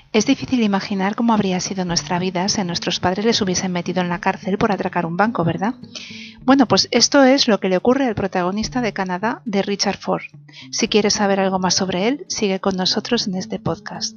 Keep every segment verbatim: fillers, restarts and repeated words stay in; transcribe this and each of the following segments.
Es difícil imaginar cómo habría sido nuestra vida si a nuestros padres les hubiesen metido en la cárcel por atracar un banco, ¿verdad? Bueno, pues esto es lo que le ocurre al protagonista de Canadá, de Richard Ford. Si quieres saber algo más sobre él, sigue con nosotros en este podcast.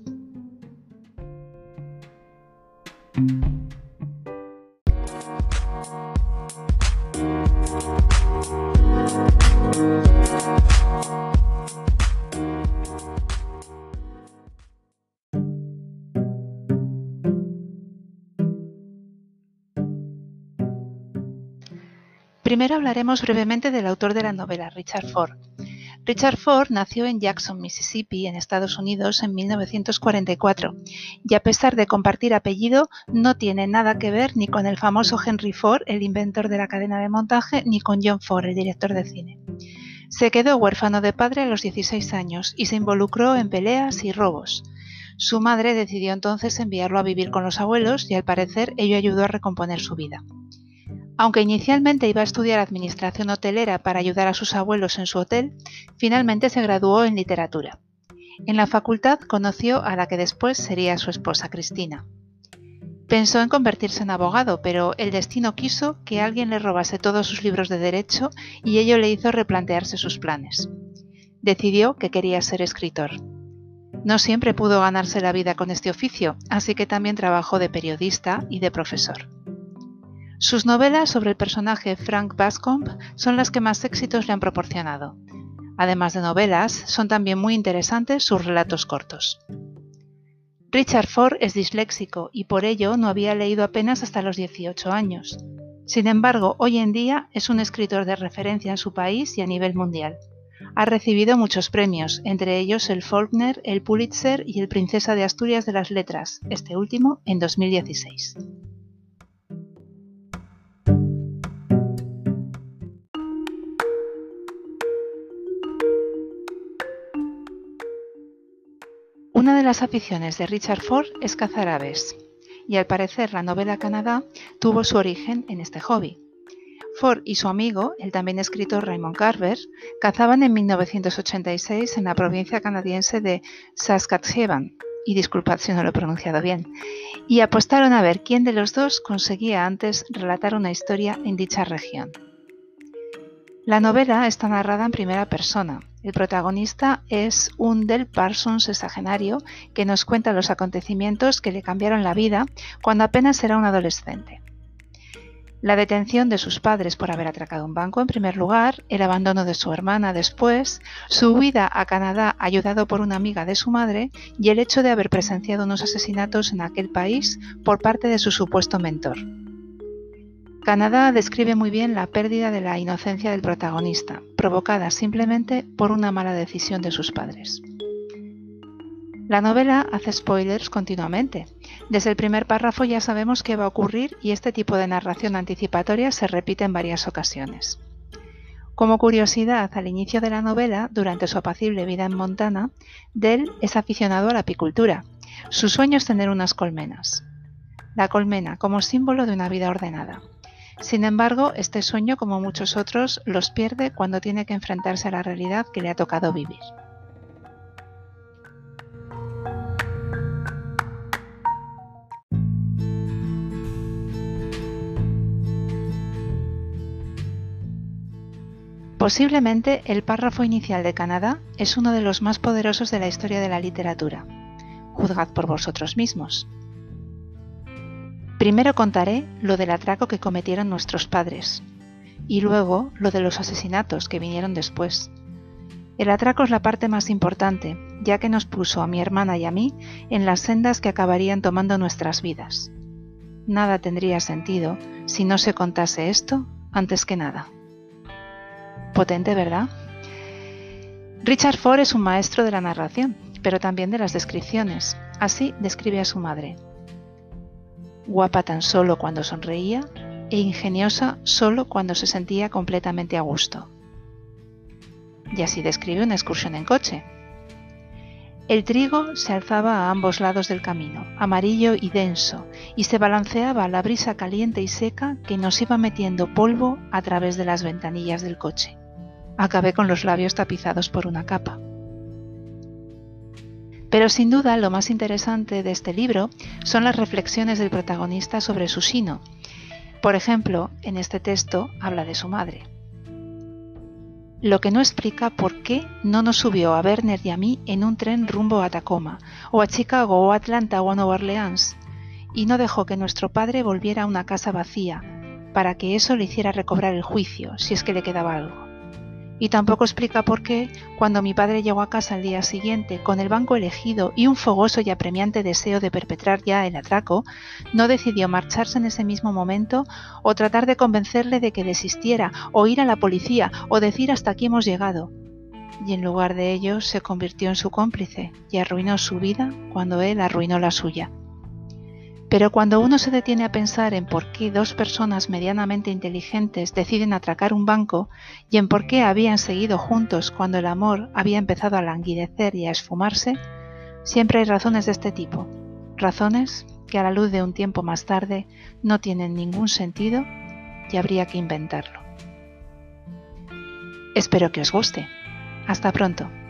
Primero hablaremos brevemente del autor de la novela, Richard Ford. Richard Ford nació en Jackson, Mississippi, en Estados Unidos, en mil novecientos cuarenta y cuatro, y a pesar de compartir apellido, no tiene nada que ver ni con el famoso Henry Ford, el inventor de la cadena de montaje, ni con John Ford, el director de cine. Se quedó huérfano de padre a los dieciséis años y se involucró en peleas y robos. Su madre decidió entonces enviarlo a vivir con los abuelos y al parecer ello ayudó a recomponer su vida. Aunque inicialmente iba a estudiar administración hotelera para ayudar a sus abuelos en su hotel, finalmente se graduó en literatura. En la facultad conoció a la que después sería su esposa, Cristina. Pensó en convertirse en abogado, pero el destino quiso que alguien le robase todos sus libros de derecho y ello le hizo replantearse sus planes. Decidió que quería ser escritor. No siempre pudo ganarse la vida con este oficio, así que también trabajó de periodista y de profesor. Sus novelas sobre el personaje Frank Bascombe son las que más éxitos le han proporcionado. Además de novelas, son también muy interesantes sus relatos cortos. Richard Ford es disléxico y por ello no había leído apenas hasta los dieciocho años. Sin embargo, hoy en día es un escritor de referencia en su país y a nivel mundial. Ha recibido muchos premios, entre ellos el Faulkner, el Pulitzer y el Princesa de Asturias de las Letras, este último en dos mil dieciséis. Una de las aficiones de Richard Ford es cazar aves, y al parecer la novela Canadá tuvo su origen en este hobby. Ford y su amigo, el también escritor Raymond Carver, cazaban en mil novecientos ochenta y seis en la provincia canadiense de Saskatchewan, y disculpad si no lo he pronunciado bien, y apostaron a ver quién de los dos conseguía antes relatar una historia en dicha región. La novela está narrada en primera persona. El protagonista es un Del Parsons sexagenario que nos cuenta los acontecimientos que le cambiaron la vida cuando apenas era un adolescente. La detención de sus padres por haber atracado un banco en primer lugar, el abandono de su hermana después, su huida a Canadá ayudado por una amiga de su madre y el hecho de haber presenciado unos asesinatos en aquel país por parte de su supuesto mentor. Canadá describe muy bien la pérdida de la inocencia del protagonista, provocada simplemente por una mala decisión de sus padres. La novela hace spoilers continuamente. Desde el primer párrafo ya sabemos qué va a ocurrir y este tipo de narración anticipatoria se repite en varias ocasiones. Como curiosidad, al inicio de la novela, durante su apacible vida en Montana, Del es aficionado a la apicultura. Su sueño es tener unas colmenas. La colmena como símbolo de una vida ordenada. Sin embargo, este sueño, como muchos otros, los pierde cuando tiene que enfrentarse a la realidad que le ha tocado vivir. Posiblemente el párrafo inicial de Canadá es uno de los más poderosos de la historia de la literatura. Juzgad por vosotros mismos. Primero contaré lo del atraco que cometieron nuestros padres, y luego lo de los asesinatos que vinieron después. El atraco es la parte más importante, ya que nos puso a mi hermana y a mí en las sendas que acabarían tomando nuestras vidas. Nada tendría sentido si no se contase esto antes que nada. Potente, ¿verdad? Richard Ford es un maestro de la narración, pero también de las descripciones. Así describe a su madre. Guapa tan solo cuando sonreía e ingeniosa solo cuando se sentía completamente a gusto. Y así describe una excursión en coche. El trigo se alzaba a ambos lados del camino, amarillo y denso, y se balanceaba a la brisa caliente y seca que nos iba metiendo polvo a través de las ventanillas del coche. Acabé con los labios tapizados por una capa. Pero sin duda lo más interesante de este libro son las reflexiones del protagonista sobre su sino. Por ejemplo, en este texto habla de su madre. Lo que no explica por qué no nos subió a Werner y a mí en un tren rumbo a Tacoma, o a Chicago, o a Atlanta, o a Nueva Orleans, y no dejó que nuestro padre volviera a una casa vacía, para que eso le hiciera recobrar el juicio, si es que le quedaba algo. Y tampoco explica por qué, cuando mi padre llegó a casa al día siguiente con el banco elegido y un fogoso y apremiante deseo de perpetrar ya el atraco, no decidió marcharse en ese mismo momento o tratar de convencerle de que desistiera o ir a la policía o decir hasta aquí hemos llegado. Y en lugar de ello se convirtió en su cómplice y arruinó su vida cuando él arruinó la suya. Pero cuando uno se detiene a pensar en por qué dos personas medianamente inteligentes deciden atracar un banco y en por qué habían seguido juntos cuando el amor había empezado a languidecer y a esfumarse, siempre hay razones de este tipo, razones que a la luz de un tiempo más tarde no tienen ningún sentido y habría que inventarlo. Espero que os guste. Hasta pronto.